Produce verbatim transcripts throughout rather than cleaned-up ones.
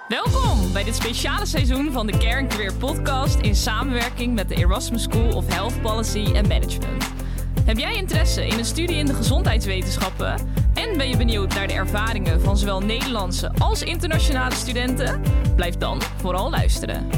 Welkom bij dit speciale seizoen van de Care and Career podcast in samenwerking met de Erasmus School of Health Policy and Management. Heb jij interesse in een studie in de gezondheidswetenschappen en ben je benieuwd naar de ervaringen van zowel Nederlandse als internationale studenten? Blijf dan vooral luisteren.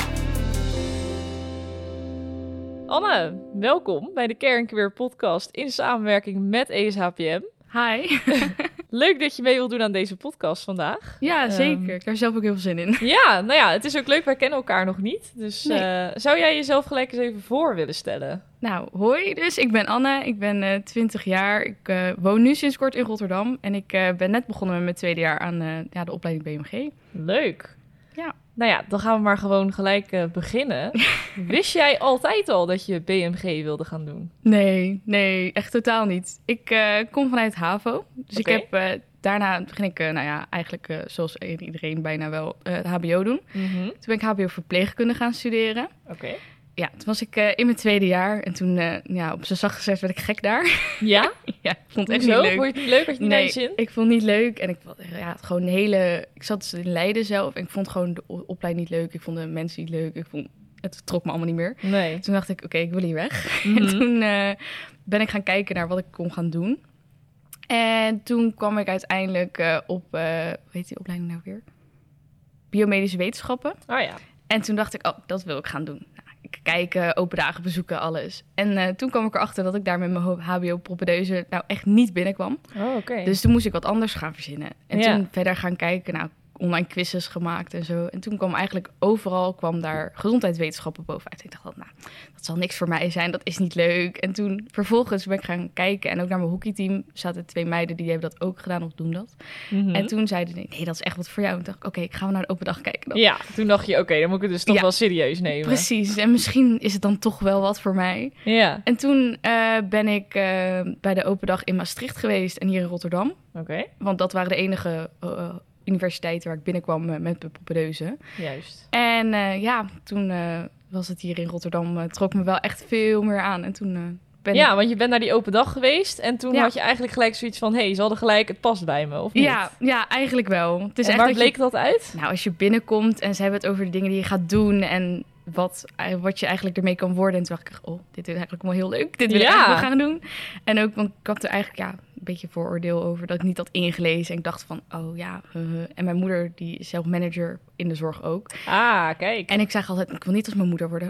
Anne, welkom bij de Care and Career podcast in samenwerking met E S H P M. Hi. Leuk dat je mee wilt doen aan deze podcast vandaag. Ja, zeker. Um, ik heb er zelf ook heel veel zin in. Ja, nou ja, het is ook leuk. Wij kennen elkaar nog niet. Dus nee. uh, zou jij jezelf gelijk eens even voor willen stellen? Nou, hoi dus. Ik ben Anne. Ik ben uh, twintig jaar. Ik uh, woon nu sinds kort in Rotterdam. En ik uh, ben net begonnen met mijn tweede jaar aan uh, ja, de opleiding B M G. Leuk. Ja. Nou ja, dan gaan we maar gewoon gelijk uh, beginnen. Wist jij altijd al dat je B M G wilde gaan doen? Nee, nee, echt totaal niet. Ik uh, kom vanuit HAVO. Dus okay. ik heb... Uh, Daarna begin ik, uh, nou ja, eigenlijk uh, zoals iedereen bijna wel uh, het H B O doen. Mm-hmm. Toen ben ik H B O verpleegkunde gaan studeren. Oké. Okay. Ja, toen was ik uh, in mijn tweede jaar en toen, uh, ja, op zijn zacht gezegd werd ik gek daar. Ja? Ja, ik vond het echt Hoezo? niet leuk. Vond je het niet leuk? Had je niet nee, naar je zin? ik vond het niet leuk en ik ja, het gewoon een hele... Ik zat dus in Leiden zelf en ik vond gewoon de opleiding niet leuk. Ik vond de mensen niet leuk. Ik vond... Het trok me allemaal niet meer. Nee. Toen dacht ik, oké, okay, ik wil hier weg. Mm-hmm. En toen uh, ben ik gaan kijken naar wat ik kon gaan doen. En toen kwam ik uiteindelijk uh, op, uh, hoe heet die opleiding nou weer? Biomedische wetenschappen. Oh ja. En toen dacht ik, oh, dat wil ik gaan doen. Nou, ik kijken, open dagen bezoeken, alles. En uh, toen kwam ik erachter dat ik daar met mijn H B O-propedeuse nou echt niet binnenkwam. Oh, oké. Okay. Dus toen moest ik wat anders gaan verzinnen. En ja. toen verder gaan kijken, nou, online quizzes gemaakt en zo. En toen kwam eigenlijk overal kwam daar gezondheidswetenschappen bovenuit. Ik dacht, nou, dat zal niks voor mij zijn, dat is niet leuk. En toen vervolgens ben ik gaan kijken en ook naar mijn hockeyteam zaten twee meiden die hebben dat ook gedaan of doen dat. Mm-hmm. En toen zeiden die, nee, dat is echt wat voor jou. En toen dacht ik, oké, okay, ik ga naar de open dag kijken dan. Ja, toen dacht je, oké, okay, dan moet ik het dus toch ja, wel serieus nemen. Precies, en misschien is het dan toch wel wat voor mij. Ja. En toen uh, ben ik uh, bij de open dag in Maastricht geweest en hier in Rotterdam. Oké. Okay. Want dat waren de enige... Uh, universiteiten waar ik binnenkwam uh, met mijn propedeuse. Juist. En uh, ja, toen uh, was het hier in Rotterdam, uh, trok me wel echt veel meer aan. En toen uh, ben Ja, ik... want je bent naar die open dag geweest en toen ja. had je eigenlijk gelijk zoiets van, hé, hey, ze hadden gelijk, het past bij me, of niet? Ja, ja, eigenlijk wel. Het is en echt waar dat bleek je... dat uit? Nou, als je binnenkomt en ze hebben het over de dingen die je gaat doen en wat, wat je eigenlijk ermee kan worden. En toen dacht ik, oh, dit is eigenlijk wel heel leuk. Dit wil ja. ik eigenlijk wel gaan doen. En ook, want ik had er eigenlijk ja, een beetje vooroordeel over dat ik niet had ingelezen. En ik dacht van, oh ja. Uh, en mijn moeder, die is zelf manager in de zorg ook. Ah, kijk. En ik zeg altijd, ik wil niet als mijn moeder worden.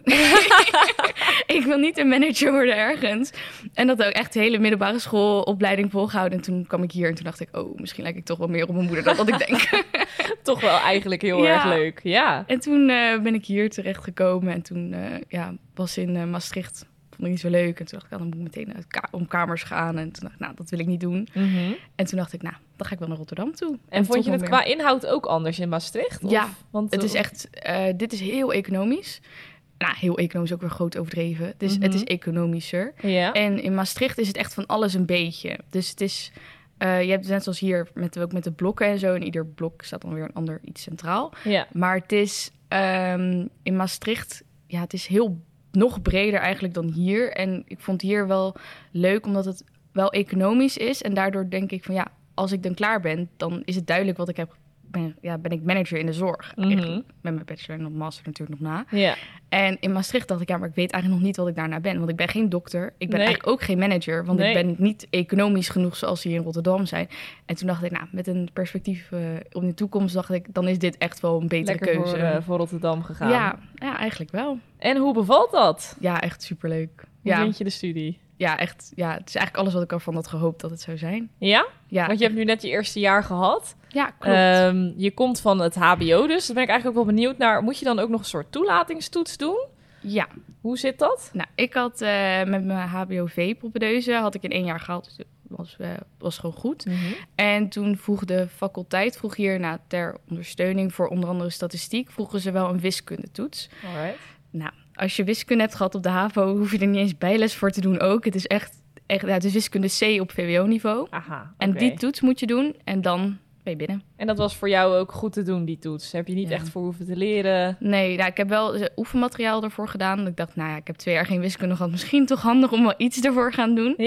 Ik wil niet een manager worden ergens. En dat ook echt de hele middelbare schoolopleiding volgehouden. En toen kwam ik hier en toen dacht ik, oh, misschien lijk ik toch wel meer op mijn moeder dan wat ik denk. Toch wel eigenlijk heel ja. erg leuk, ja. En toen uh, ben ik hier terechtgekomen en toen uh, ja, was in uh, Maastricht, vond ik niet zo leuk. En toen dacht ik, ja, dan moet ik meteen uit ka- om kamers gaan. En toen dacht ik, nou, dat wil ik niet doen. Mm-hmm. En toen dacht ik, nou, dan ga ik wel naar Rotterdam toe. En, en vond je het meer... qua inhoud ook anders in Maastricht? Of? Ja, want het is echt, uh, dit is heel economisch. Nou, heel economisch ook weer groot overdreven. Dus mm-hmm. het is economischer. Ja. En in Maastricht is het echt van alles een beetje. Dus het is... Uh, je hebt net zoals hier, met, ook met de blokken en zo. En ieder blok staat dan weer een ander iets centraal. Ja. Maar het is um, in Maastricht... Ja, het is heel nog breder eigenlijk dan hier. En ik vond hier wel leuk, omdat het wel economisch is. En daardoor denk ik van ja, als ik dan klaar ben... dan is het duidelijk wat ik heb... Ben, ja, ben ik manager in de zorg. Mm-hmm. Met mijn bachelor en master natuurlijk nog na. Ja. En in Maastricht dacht ik, ja, maar ik weet eigenlijk nog niet wat ik daarna ben. Want ik ben geen dokter. Ik ben nee. eigenlijk ook geen manager. Want nee. ik ben niet economisch genoeg zoals ze hier in Rotterdam zijn. En toen dacht ik, nou, met een perspectief uh, op de toekomst dacht ik... dan is dit echt wel een betere Lekker keuze. Voor, uh, voor Rotterdam gegaan. Ja, ja, eigenlijk wel. En hoe bevalt dat? Ja, echt superleuk. Hoe ja. vind je de studie? Ja, echt. Ja, het is eigenlijk alles wat ik ervan had gehoopt dat het zou zijn. Ja? Ja. Want je hebt nu net je eerste jaar gehad. Ja, klopt. Um, je komt van het H B O dus. Daar ben ik eigenlijk ook wel benieuwd naar. Moet je dan ook nog een soort toelatingstoets doen? Ja. Hoe zit dat? Nou, ik had uh, met mijn H B O V-propedeuse had ik in één jaar gehaald. Dus dat was, uh, was gewoon goed. Mm-hmm. En toen vroeg de faculteit, vroeg hier nou, ter ondersteuning voor onder andere statistiek, vroegen ze wel een wiskundetoets. Alright. Nou, als je wiskunde hebt gehad op de HAVO, hoef je er niet eens bijles voor te doen ook. Het is echt, echt ja, het is wiskunde C op V W O-niveau. Aha, okay. En die toets moet je doen en dan ben je binnen. En dat was voor jou ook goed te doen, die toets? Heb je niet ja. echt voor hoeven te leren? Nee, nou, ik heb wel oefenmateriaal ervoor gedaan. Ik dacht, nou ja, ik heb twee jaar geen wiskunde gehad. Misschien toch handig om wel iets ervoor gaan doen. Ja.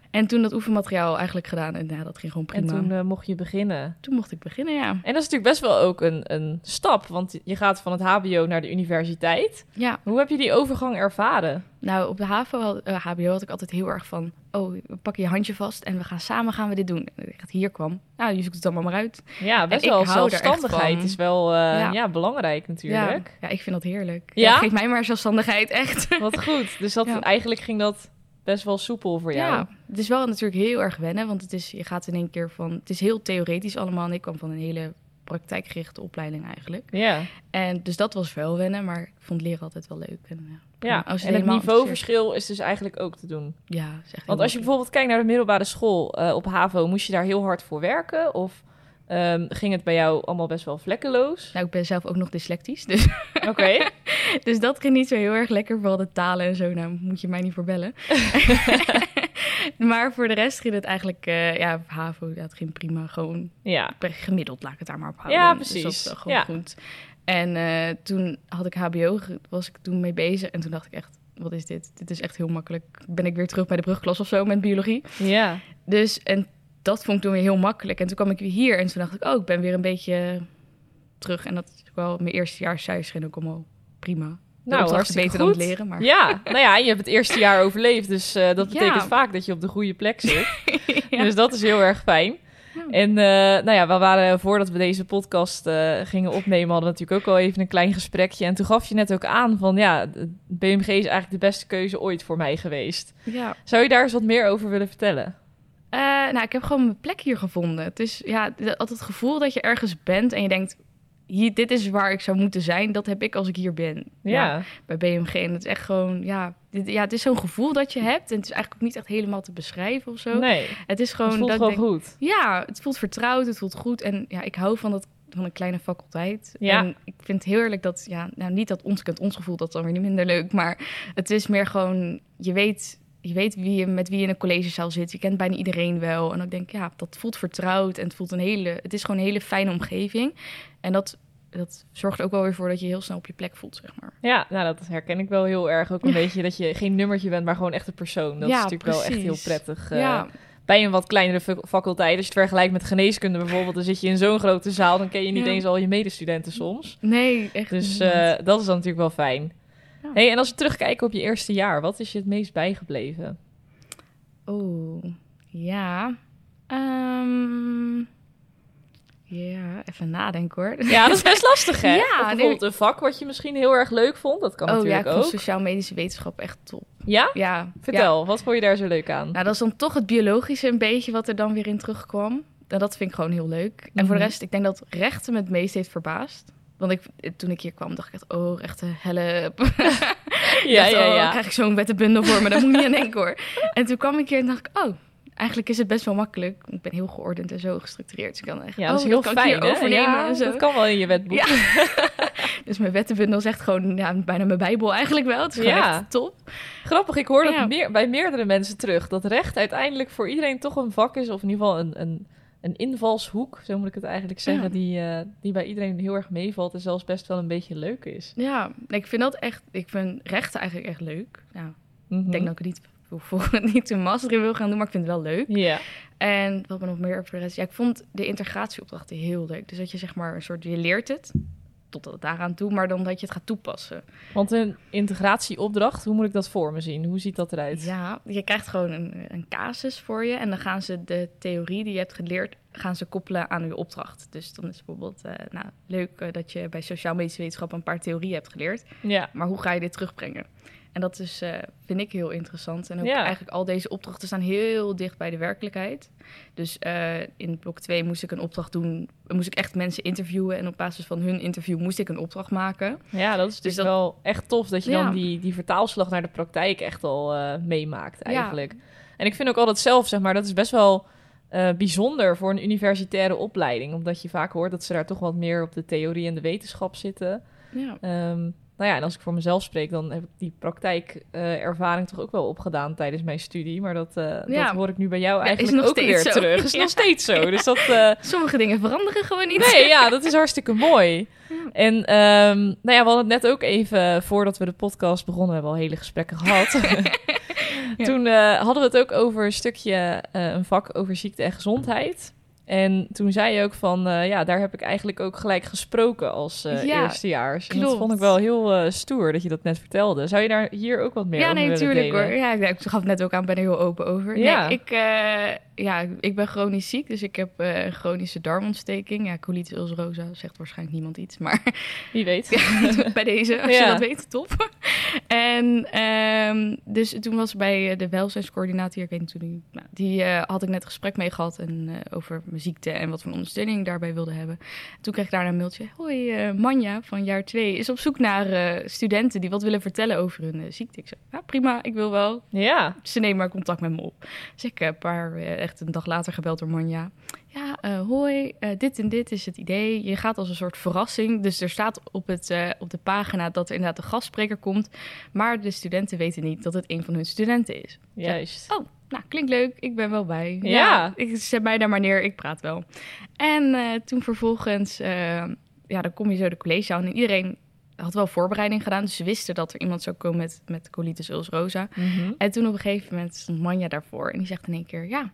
En toen dat oefenmateriaal eigenlijk gedaan. En ja, dat ging gewoon prima. En toen uh, mocht je beginnen. Toen mocht ik beginnen, ja. En dat is natuurlijk best wel ook een, een stap. Want je gaat van het hbo naar de universiteit. Ja. Hoe heb je die overgang ervaren? Nou, op de HAVO, had, uh, H B O had ik altijd heel erg van... oh, we pakken je handje vast en we gaan samen gaan we dit doen. En ik hier kwam. Nou, je zoekt het allemaal maar uit. Ja, best en wel. Zelfstandigheid is wel uh, ja. Ja, belangrijk natuurlijk. Ja. ja, ik vind dat heerlijk. Ja? Ja, geef mij maar zelfstandigheid, echt. Wat goed. Dus dat, ja. eigenlijk ging dat best wel soepel voor jou. Ja, het is wel natuurlijk heel erg wennen. Want het is, je gaat in één keer van... Het is heel theoretisch allemaal. En ik kwam van een hele praktijkgerichte opleiding eigenlijk. Ja. En dus dat was wel wennen. Maar ik vond leren altijd wel leuk. En, ja, ja. als en het niveauverschil is dus eigenlijk ook te doen. Ja, is echt Want als je bijvoorbeeld kijkt naar de middelbare school uh, op HAVO... moest je daar heel hard voor werken? Of um, ging het bij jou allemaal best wel vlekkeloos? Nou, ik ben zelf ook nog dyslectisch. Dus, okay. dus dat ging niet zo heel erg lekker. Vooral de talen en zo. Nou, moet je mij niet voor bellen. Maar voor de rest ging het eigenlijk... Uh, ja, HAVO, ja, het ging prima. Gewoon ja. gemiddeld, laat ik het daar maar op houden. Ja, precies. Dus dat was gewoon ja. goed. En uh, toen had ik H B O, was ik toen mee bezig. En toen dacht ik echt, wat is dit? Dit is echt heel makkelijk. Ben ik weer terug bij de brugklas of zo met biologie. Ja. Dus, en dat vond ik toen weer heel makkelijk. En toen kwam ik weer hier en toen dacht ik, oh, ik ben weer een beetje terug. En dat is wel mijn eerste jaar Suis ging ook allemaal prima. Nou, hartstikke beter goed. dan het leren. Maar... Ja, nou ja, je hebt het eerste jaar overleefd. Dus uh, dat betekent ja. vaak dat je op de goede plek zit. ja. Dus dat is heel erg fijn. Ja. En uh, nou ja, we waren voordat we deze podcast uh, gingen opnemen... hadden we natuurlijk ook al even een klein gesprekje. En toen gaf je net ook aan van... ja, B M G is eigenlijk de beste keuze ooit voor mij geweest. Ja. Zou je daar eens wat meer over willen vertellen? Uh, nou, ik heb gewoon mijn plek hier gevonden. Het is ja, altijd het gevoel dat je ergens bent en je denkt... Hier, dit is waar ik zou moeten zijn. Dat heb ik als ik hier ben. Ja. ja bij B M G. En het is echt gewoon... Ja, dit, ja, het is zo'n gevoel dat je hebt. En het is eigenlijk ook niet echt helemaal te beschrijven of zo. Nee, het is gewoon... Het voelt dat wel denk, goed. Ja, het voelt vertrouwd. Het voelt goed. En ja, ik hou van, dat, van een kleine faculteit. Ja. En ik vind het heerlijk dat... Ja, nou, niet dat ons kent ons gevoel. Dat is dan weer niet minder leuk. Maar het is meer gewoon... Je weet... Je weet wie je, met wie je in een collegezaal zit. Je kent bijna iedereen wel. En dan denk ik, ja, dat voelt vertrouwd. En het voelt een hele... Het is gewoon een hele fijne omgeving. En dat... Dat zorgt ook wel weer voor dat je heel snel op je plek voelt, zeg maar. Ja, nou, dat herken ik wel heel erg. Ook een ja. beetje dat je geen nummertje bent, maar gewoon echt een persoon. Dat ja, is natuurlijk precies. wel echt heel prettig. Uh, ja. Bij een wat kleinere faculteit, als je het vergelijkt met geneeskunde bijvoorbeeld... dan zit je in zo'n grote zaal, dan ken je niet ja. eens al je medestudenten soms. Nee, echt Dus niet. Uh, dat is dan natuurlijk wel fijn. Ja. Hey, en als we terugkijken op je eerste jaar, wat is je het meest bijgebleven? Oh, ja... Um... Ja, even nadenken hoor. Ja, dat is best lastig hè? Ja, of bijvoorbeeld nee. een vak wat je misschien heel erg leuk vond. Dat kan oh, natuurlijk ja, ik ook. vond sociaal-medische wetenschap echt top. Ja? Ja. Vertel, ja. wat vond je daar zo leuk aan? Nou, dat is dan toch het biologische een beetje wat er dan weer in terugkwam. En dat vind ik gewoon heel leuk. En mm-hmm. voor de rest, ik denk dat rechten me het meest heeft verbaasd. Want ik, toen ik hier kwam, dacht ik echt, oh, rechten, help. ja, dacht, ja, oh, ja. krijg ik zo'n wettenbundel voor me, daar moet ik niet aan denken hoor. En toen kwam ik hier en dacht ik, oh... Eigenlijk is het best wel makkelijk. Ik ben heel geordend en zo gestructureerd. Dus ik kan echt, ja, dat is oh, heel dat fijn, kan ik hier overnemen ja, en zo. Dat kan wel in je wetboek. Ja. Dus mijn wettenbundel is echt gewoon ja, bijna mijn bijbel eigenlijk wel. Het is gewoon ja. echt top. Grappig, ik hoor dat ja. meer, bij meerdere mensen terug. Dat recht uiteindelijk voor iedereen toch een vak is. Of in ieder geval een, een, een invalshoek, zo moet ik het eigenlijk zeggen. Ja. Die, uh, die bij iedereen heel erg meevalt. En zelfs best wel een beetje leuk is. Ja, ik vind dat echt... Ik vind rechten eigenlijk echt leuk. Ja. Mm-hmm. Ik denk dat ik het niet... voor niet een master in wil gaan doen, maar ik vind het wel leuk. Ja. En wat me nog meer voor de rest... Ja, ik vond de integratieopdrachten heel leuk. Dus dat je zeg maar een soort... Je leert het, totdat het daaraan toe, maar dan dat je het gaat toepassen. Want een integratieopdracht, hoe moet ik dat voor me zien? Hoe ziet dat eruit? Ja, je krijgt gewoon een, een casus voor je en dan gaan ze de theorie die je hebt geleerd, gaan ze koppelen aan je opdracht. Dus dan is bijvoorbeeld, uh, nou, leuk uh, dat je bij sociaal-medische wetenschap een paar theorieën hebt geleerd. Ja. Maar hoe ga je dit terugbrengen? En dat is, uh, vind ik heel interessant. En ook ja. eigenlijk al deze opdrachten staan heel dicht bij de werkelijkheid. Dus uh, in blok twee moest ik een opdracht doen. Moest ik echt mensen interviewen. En op basis van hun interview moest ik een opdracht maken. Ja, dat is dus dat... wel echt tof dat je ja. dan die, die vertaalslag naar de praktijk echt al uh, meemaakt eigenlijk. Ja. En ik vind ook altijd zelf, zeg maar, dat is best wel uh, bijzonder voor een universitaire opleiding. Omdat je vaak hoort dat ze daar toch wat meer op de theorie en de wetenschap zitten. Ja. Um, Nou ja, en als ik voor mezelf spreek, dan heb ik die praktijkervaring uh, toch ook wel opgedaan tijdens mijn studie. Maar dat, uh, ja. dat hoor ik nu bij jou eigenlijk ja, ook weer zo. terug. Is ja. nog steeds zo. Dus dat, uh... Sommige dingen veranderen gewoon niet. Nee, ja, dat is hartstikke mooi. Ja. En um, nou ja, we hadden het net ook even, voordat we de podcast begonnen, we hebben al hele gesprekken gehad. Ja. Toen uh, hadden we het ook over een stukje, uh, een vak over ziekte en gezondheid. En toen zei je ook van, uh, ja, daar heb ik eigenlijk ook gelijk gesproken als uh, ja, eerstejaars. En dat vond ik wel heel uh, stoer dat je dat net vertelde. Zou je daar hier ook wat meer ja, over nee, willen delen? Ja, nee, natuurlijk hoor. Ja, ik gaf het net ook aan, ben er heel open over. Ja. Nee, ik, uh, ja, ik ben chronisch ziek, dus ik heb uh, een chronische darmontsteking. Ja, colitis ulcerosa zegt waarschijnlijk niemand iets, maar... Wie weet. Ja, bij deze, als ja. je dat weet, top. En um, dus toen was bij de welzijnscoördinator, ik weet niet hoe die... Nou, die uh, had ik net een gesprek mee gehad en, uh, over mijn ziekte en wat voor ondersteuning ik daarbij wilde hebben. Toen kreeg ik daar een mailtje. Hoi, uh, Manja van jaar twee is op zoek naar uh, studenten die wat willen vertellen over hun uh, ziekte. Ik zei, ja, prima, ik wil wel. Ja. Ze nemen maar contact met me op. Dus ik heb een paar, uh, echt een dag later gebeld door Manja. Ja, uh, hoi, uh, dit en dit is het idee. Je gaat als een soort verrassing. Dus er staat op, het, uh, op de pagina dat er inderdaad een gastspreker komt. Maar de studenten weten niet dat het een van hun studenten is. Juist. Ja. Oh, nou, klinkt leuk. Ik ben wel bij. Ja. ja ik zet mij daar maar neer. Ik praat wel. En uh, toen vervolgens, uh, ja, dan kom je zo de collegezaal en iedereen had wel voorbereiding gedaan. Dus ze wisten dat er iemand zou komen met, met colitis ulcerosa. Mm-hmm. En toen op een gegeven moment stond Manja daarvoor. En die zegt in één keer, ja,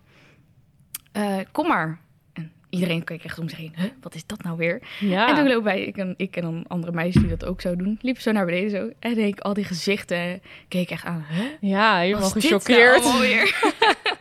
uh, kom maar. En iedereen keek echt om zich heen. Huh, wat is dat nou weer? Ja. En toen loop wij, ik en, ik en een andere meisje die dat ook zou doen, liepen zo naar beneden zo. En ik al die gezichten keek echt aan. Huh? Ja, helemaal Was gechoqueerd. Dit nou weer?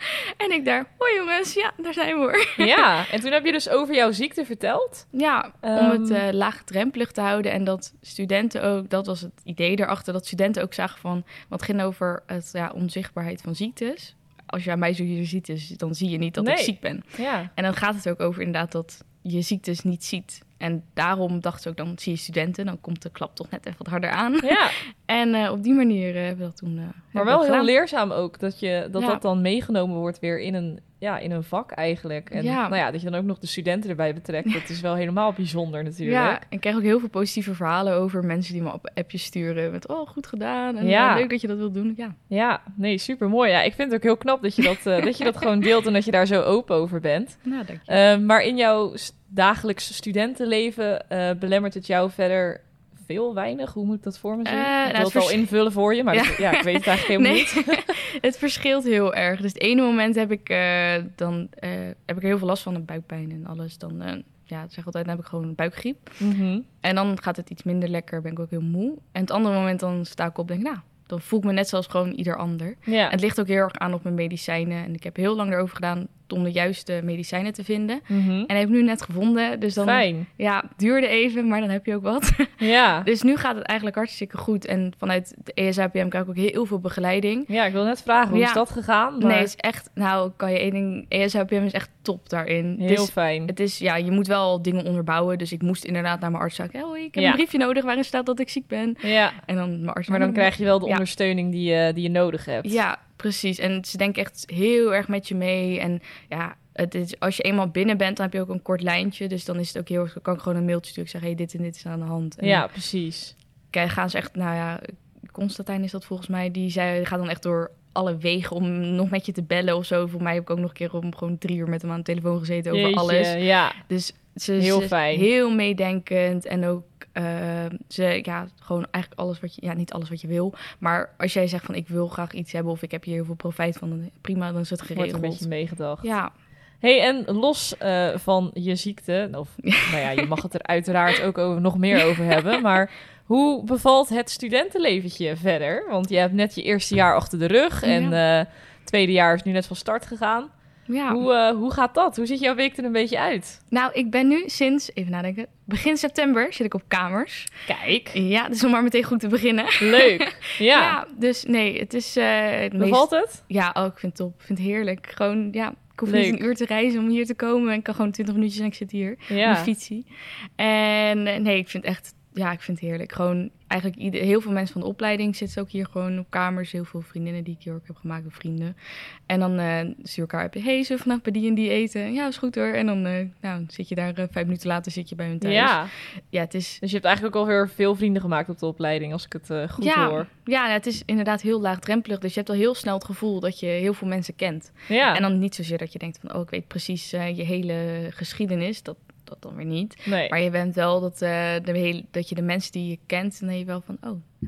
En ik daar, hoi jongens, ja, daar zijn we hoor. Ja, en toen heb je dus over jouw ziekte verteld? Ja, um, om het uh, laagdrempelig te houden en dat studenten ook, dat was het idee erachter, dat studenten ook zagen van, wat ging over het ja, onzichtbaarheid van ziektes. Als je aan mij zo hier ziet, dus, dan zie je niet dat nee. ik ziek ben. Ja. En dan gaat het ook over inderdaad dat je ziektes niet ziet. En daarom dacht ze ook, dan zie je studenten, dan komt de klap toch net even wat harder aan. Ja. En uh, op die manier uh, hebben we dat toen uh, Maar wel heel gedaan. leerzaam ook, dat je, dat, ja. dat dan meegenomen wordt weer in een, ja, in een vak eigenlijk. En ja. nou ja, dat je dan ook nog de studenten erbij betrekt, dat is wel helemaal bijzonder natuurlijk. Ja, en ik krijg ook heel veel positieve verhalen over mensen die me op appjes sturen met, oh, goed gedaan. En ja. uh, leuk dat je dat wilt doen. Ja, ja nee, super mooi. Ja, ik vind het ook heel knap dat je dat, uh, dat je dat gewoon deelt en dat je daar zo open over bent. nou, dank je. Uh, maar in jouw dagelijks studentenleven uh, belemmert het jou verder veel, weinig? Hoe moet ik dat voor me zien? Uh, ik nou, wil het, het vers- al invullen voor je, maar ja. dat, ja, ik weet het eigenlijk helemaal nee. niet. Het verschilt heel erg. Dus het ene moment heb ik, uh, dan, uh, heb ik er heel veel last van, de buikpijn en alles. Dan, uh, ja, zeg altijd, dan heb ik gewoon buikgriep. Mm-hmm. En dan gaat het iets minder lekker, ben ik ook heel moe. En het andere moment dan sta ik op en denk ik, nou, dan voel ik me net zoals gewoon ieder ander. Ja. En het ligt ook heel erg aan op mijn medicijnen. En ik heb heel lang erover gedaan om de juiste medicijnen te vinden. Mm-hmm. En heb ik nu net gevonden. Dus dan, Fijn. ja, duurde even, maar dan heb je ook wat. Ja. Dus nu gaat het eigenlijk hartstikke goed. En vanuit de E S A P M krijg ik ook heel veel begeleiding. Ja, ik wil net vragen, hoe Ja. is dat gegaan? Maar... Nee, het is echt, nou, kan je één ding, E S A P M is echt top daarin. Heel Het is, fijn. Het is, ja, je moet wel dingen onderbouwen. Dus ik moest inderdaad naar mijn arts zeggen, hoi, ik heb Ja. een briefje nodig waarin staat dat ik ziek ben. Ja, En dan mijn arts. maar dan krijg je wel de Ja. ondersteuning die je, die je nodig hebt. Ja, precies. En ze denken echt heel erg met je mee. En ja, het is, als je eenmaal binnen bent, dan heb je ook een kort lijntje. Dus dan is het ook heel erg, kan ik gewoon een mailtje sturen. Ik zeg, hey, dit en dit is aan de hand. En Ja, precies. dan gaan ze echt, nou ja, Constantijn is dat volgens mij. Die zei, gaat dan echt door alle wegen om nog met je te bellen of zo. Voor mij heb ik ook nog een keer om gewoon drie uur met hem aan de telefoon gezeten over Jeetje, alles. Ja, Dus ze Heel ze- fijn. heel meedenkend en ook uh, ze, ja, gewoon eigenlijk alles wat je, ja, niet alles wat je wil. Maar als jij zegt van ik wil graag iets hebben of ik heb hier heel veel profijt van, dan prima, dan is het wordt geregeld. een beetje meegedacht. Ja, Hey, en los uh, van je ziekte, of nou ja, je mag het er uiteraard ook over, nog meer over hebben, maar hoe bevalt het studentenleventje verder? Want je hebt net je eerste jaar achter de rug en Ja. uh, tweede jaar is nu net van start gegaan. ja. Hoe, uh, hoe gaat dat? Hoe ziet jouw week er een beetje uit? Nou, ik ben nu sinds, even nadenken, begin september zit ik op kamers. Kijk, Ja, dus om maar meteen goed te beginnen. leuk. Ja, Ja, dus nee, het is uh, het meest... bevalt het? Ja, oh, ik vind het top. Ik vind het heerlijk. Gewoon, ja, ik hoef Leuk. niet een uur te reizen om hier te komen. Ik kan gewoon twintig minuutjes en ik zit hier. Op Ja. mijn fietsie. En eh, nee, ik vind echt, ja, ik vind het heerlijk. Gewoon eigenlijk ieder, heel veel mensen van de opleiding zitten ook hier gewoon op kamers. Heel veel vriendinnen die ik hier ook heb gemaakt met vrienden. En dan uh, stuur elkaar op, hey, zullen we vandaag bij die en die eten? Ja, is goed hoor. En dan uh, nou, zit je daar uh, vijf minuten later zit je bij hun thuis. Ja, Ja, het is... dus je hebt eigenlijk ook alweer veel vrienden gemaakt op de opleiding, als ik het uh, goed ja, hoor. ja, het is inderdaad heel laagdrempelig. Dus je hebt al heel snel het gevoel dat je heel veel mensen kent. Ja, En dan niet zozeer dat je denkt van, oh, ik weet precies uh, je hele geschiedenis. Dat, dat dan weer niet. nee. Maar je bent wel dat, uh, de hele, dat je de mensen die je kent, dan ben je wel van, oh, ja,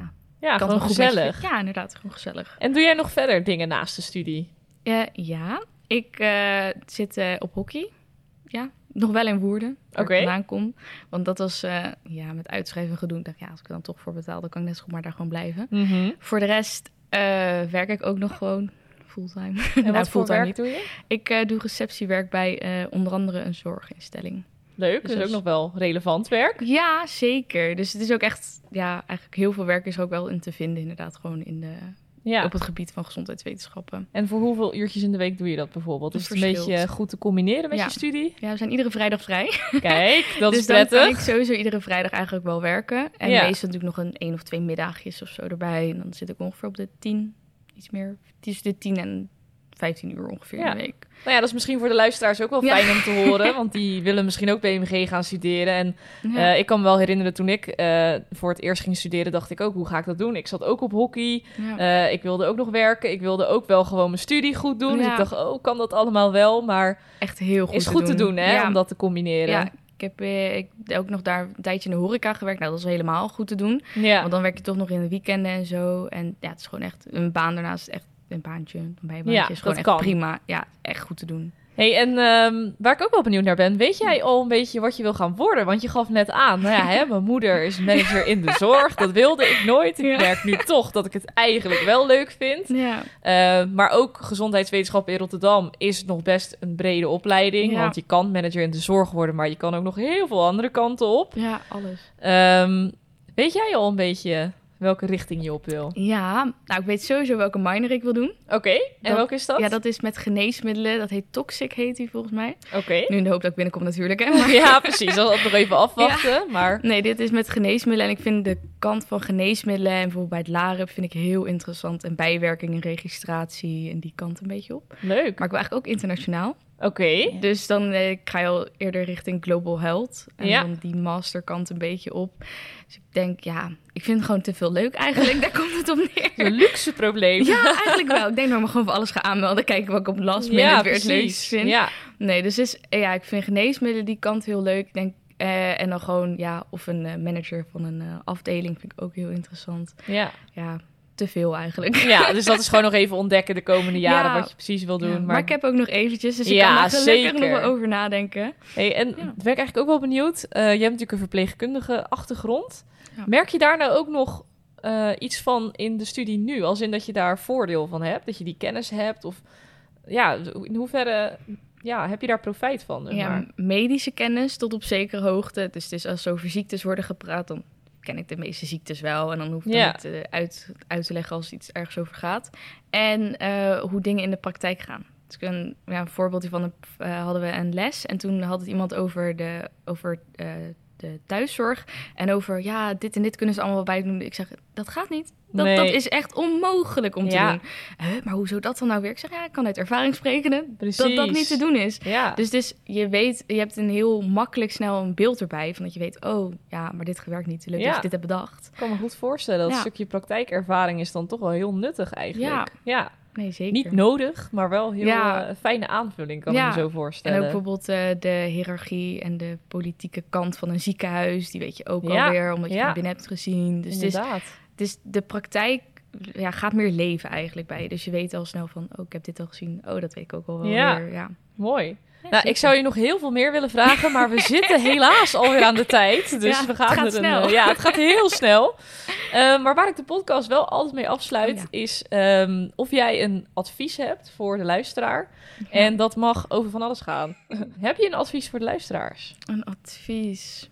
Ja, gewoon gezellig. Ja, inderdaad, gewoon gezellig. En doe jij nog verder dingen naast de studie? Uh, ja, ik uh, zit uh, op hockey. Ja, nog wel in Woerden, waar okay. ik vandaan kom. Want dat was uh, ja, met uitschrijven gedoe. Ik dacht, ja, als ik er dan toch voor betaal, dan kan ik net zo goed maar daar gewoon blijven. Mm-hmm. Voor de rest uh, werk ik ook nog gewoon fulltime. En nou, wat voor werk niet. doe je? Ik uh, doe receptiewerk bij uh, onder andere een zorginstelling. Leuk, dus, dus ook nog wel relevant werk. Ja, zeker. Dus het is ook echt, ja, eigenlijk heel veel werk is er ook wel in te vinden, inderdaad, gewoon in de, ja. op het gebied van gezondheidswetenschappen. En voor hoeveel uurtjes in de week doe je dat bijvoorbeeld? Dat is het een beetje goed te combineren met ja. je studie? Ja, we zijn iedere vrijdag vrij. Kijk, dat dus is prettig. Dus dan kan ik sowieso iedere vrijdag eigenlijk wel werken. En ja. meestal doe ik nog een één of twee middagjes of zo erbij. En dan zit ik ongeveer op de tien, iets meer, tussen de tien en vijftien uur ongeveer ja. in de week. Nou ja, dat is misschien voor de luisteraars ook wel fijn ja. om te horen. Want die willen misschien ook B M G gaan studeren. En ja. uh, ik kan me wel herinneren, toen ik uh, voor het eerst ging studeren, dacht ik ook, hoe ga ik dat doen? Ik zat ook op hockey. Ja. Uh, ik wilde ook nog werken. Ik wilde ook wel gewoon mijn studie goed doen. Ja. Dus ik dacht, oh, kan dat allemaal wel? Maar echt heel goed is te goed doen. te doen, hè? Ja. Om dat te combineren. Ja. Ik heb eh, ik, ook nog daar een tijdje in de horeca gewerkt. Nou, dat is helemaal goed te doen. Ja. Want dan werk je toch nog in de weekenden en zo. En ja, het is gewoon echt een baan daarnaast echt een baantje, een bijbaantje. Ja, is gewoon echt kan. prima. Ja, echt goed te doen. Hey, en um, waar ik ook wel benieuwd naar ben, weet jij al een beetje wat je wil gaan worden? Want je gaf net aan, nou ja, hè, mijn moeder is manager in de zorg. Dat wilde ik nooit. Ik ja. merk nu toch dat ik het eigenlijk wel leuk vind. Ja. Uh, maar ook gezondheidswetenschap in Rotterdam is nog best een brede opleiding. Ja. Want je kan manager in de zorg worden, maar je kan ook nog heel veel andere kanten op. Ja, alles. Um, weet jij al een beetje welke richting je op wil? Ja, nou ik weet sowieso welke minor ik wil doen. Oké, okay. en dat, welke is dat? Ja, dat is met geneesmiddelen. Dat heet Toxic, heet die volgens mij. Oké. Okay. Nu in de hoop dat ik binnenkom natuurlijk. Hè, maar... Ja, precies. Dat nog even afwachten. Ja. Maar... Nee, dit is met geneesmiddelen. En ik vind de kant van geneesmiddelen en bijvoorbeeld bij het LAREP vind ik heel interessant. En bijwerking en registratie en die kant een beetje op. Leuk. Maar ik wil eigenlijk ook internationaal. Oké. Okay. Dus dan eh, ga je al eerder richting Global Health. En ja. dan die masterkant een beetje op. Dus ik denk, ja, ik vind het gewoon te veel leuk eigenlijk. Daar komt het op neer. Een luxe probleem. Ja, eigenlijk wel. Ik denk dat ik me gewoon voor alles ga aanmelden. Kijken wat ik op last minute ja, weer het leukst vind. Ja. Nee, dus is, ja, ik vind geneesmiddelen die kant heel leuk. Ik denk, uh, en dan gewoon, ja, of een uh, manager van een uh, afdeling vind ik ook heel interessant. Ja. Ja. Te veel eigenlijk. Ja, dus dat is gewoon nog even ontdekken de komende jaren ja, wat je precies wil doen. Ja, maar... maar ik heb ook nog eventjes, dus ik ja, kan er gelukkig zeker. nog wel over nadenken. Hey, en ja. ben ik eigenlijk ook wel benieuwd. Uh, je hebt natuurlijk een verpleegkundige achtergrond. Ja. Merk je daar nou ook nog uh, iets van in de studie nu? Als in dat je daar voordeel van hebt, dat je die kennis hebt? Of ja, in hoeverre ja, heb je daar profijt van? Ja, maar? medische kennis tot op zekere hoogte. Dus het is als over ziektes worden gepraat, dan ken ik de meeste ziektes wel. En dan hoef ik ja. het uh, uit, uit te leggen als iets ergens over gaat. En uh, hoe dingen in de praktijk gaan. Dus een, ja, een voorbeeld hiervan uh, hadden we een les. En toen had het iemand over de, over, uh, de thuiszorg. En over, ja, dit en dit kunnen ze allemaal bij doen. Ik zeg, dat gaat niet. Dat, nee. dat is echt onmogelijk om te ja. doen. Huh, maar hoezo dat dan nou weer? Ik zeg, ja, ik kan uit ervaring spreken Precies. dat dat niet te doen is. Ja. Dus, dus je weet, je hebt een heel makkelijk snel een beeld erbij. Van dat je weet, oh, ja, maar dit werkt niet. Leuk ja. dat je dit hebt bedacht. Ik kan me goed voorstellen. Dat ja. een stukje praktijkervaring is dan toch wel heel nuttig eigenlijk. Ja. ja. Nee, zeker. Niet nodig, maar wel heel ja. uh, fijne aanvulling, kan ja. ik me zo voorstellen. En ook bijvoorbeeld uh, de hiërarchie en de politieke kant van een ziekenhuis. Die weet je ook ja. alweer, omdat je ja. het binnen hebt gezien. Dus inderdaad. Het is, het is de praktijk ja, gaat meer leven eigenlijk bij je. Dus je weet al snel van, oh, ik heb dit al gezien. Oh, dat weet ik ook al wel ja. weer. Ja, mooi. Ja, nou, ik zou je nog heel veel meer willen vragen, maar we zitten helaas alweer aan de tijd. Dus ja, we gaan het gaat er snel. Een, ja, het gaat heel snel. Uh, maar waar ik de podcast wel altijd mee afsluit, oh, ja. is um, of jij een advies hebt voor de luisteraar. Ja. En dat mag over van alles gaan. Heb je een advies voor de luisteraars? Een advies?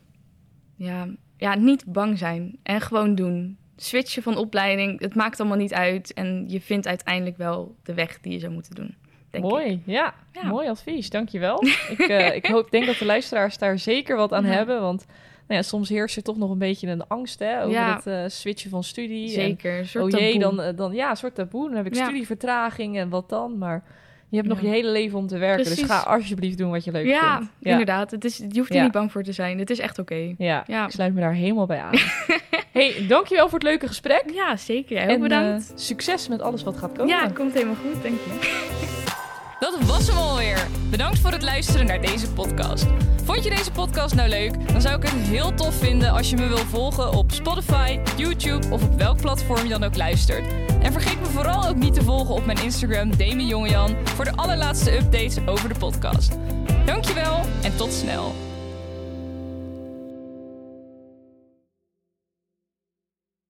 Ja, ja, niet bang zijn en gewoon doen. Switchen van opleiding, het maakt allemaal niet uit. En je vindt uiteindelijk wel de weg die je zou moeten doen. Denk mooi, ja. ja. Mooi advies, dankjewel. ik uh, ik hoop, denk dat de luisteraars daar zeker wat aan ja. hebben. Want nou ja, soms heerst er toch nog een beetje een angst hè, over ja. het uh, switchen van studie. Zeker, en, een soort oh jee, taboe. dan, dan, ja, een soort taboe. Dan heb ik ja. studievertraging en wat dan. Maar je hebt ja. nog je hele leven om te werken. Precies. Dus ga alsjeblieft doen wat je leuk ja, vindt. Ja, inderdaad. Het is, je hoeft er ja. niet bang voor te zijn. Het is echt oké. Okay. Ja, ja, ik sluit me daar helemaal bij aan. Hey, dankjewel voor het leuke gesprek. Ja, zeker. Jij ook en, bedankt. Uh, succes met alles wat gaat komen. Ja, het komt helemaal goed, denk je. Dat was hem alweer. Bedankt voor het luisteren naar deze podcast. Vond je deze podcast nou leuk? Dan zou ik het heel tof vinden als je me wil volgen op Spotify, YouTube of op welk platform je dan ook luistert. En vergeet me vooral ook niet te volgen op mijn Instagram Demi Jongejan voor de allerlaatste updates over de podcast. Dankjewel en tot snel.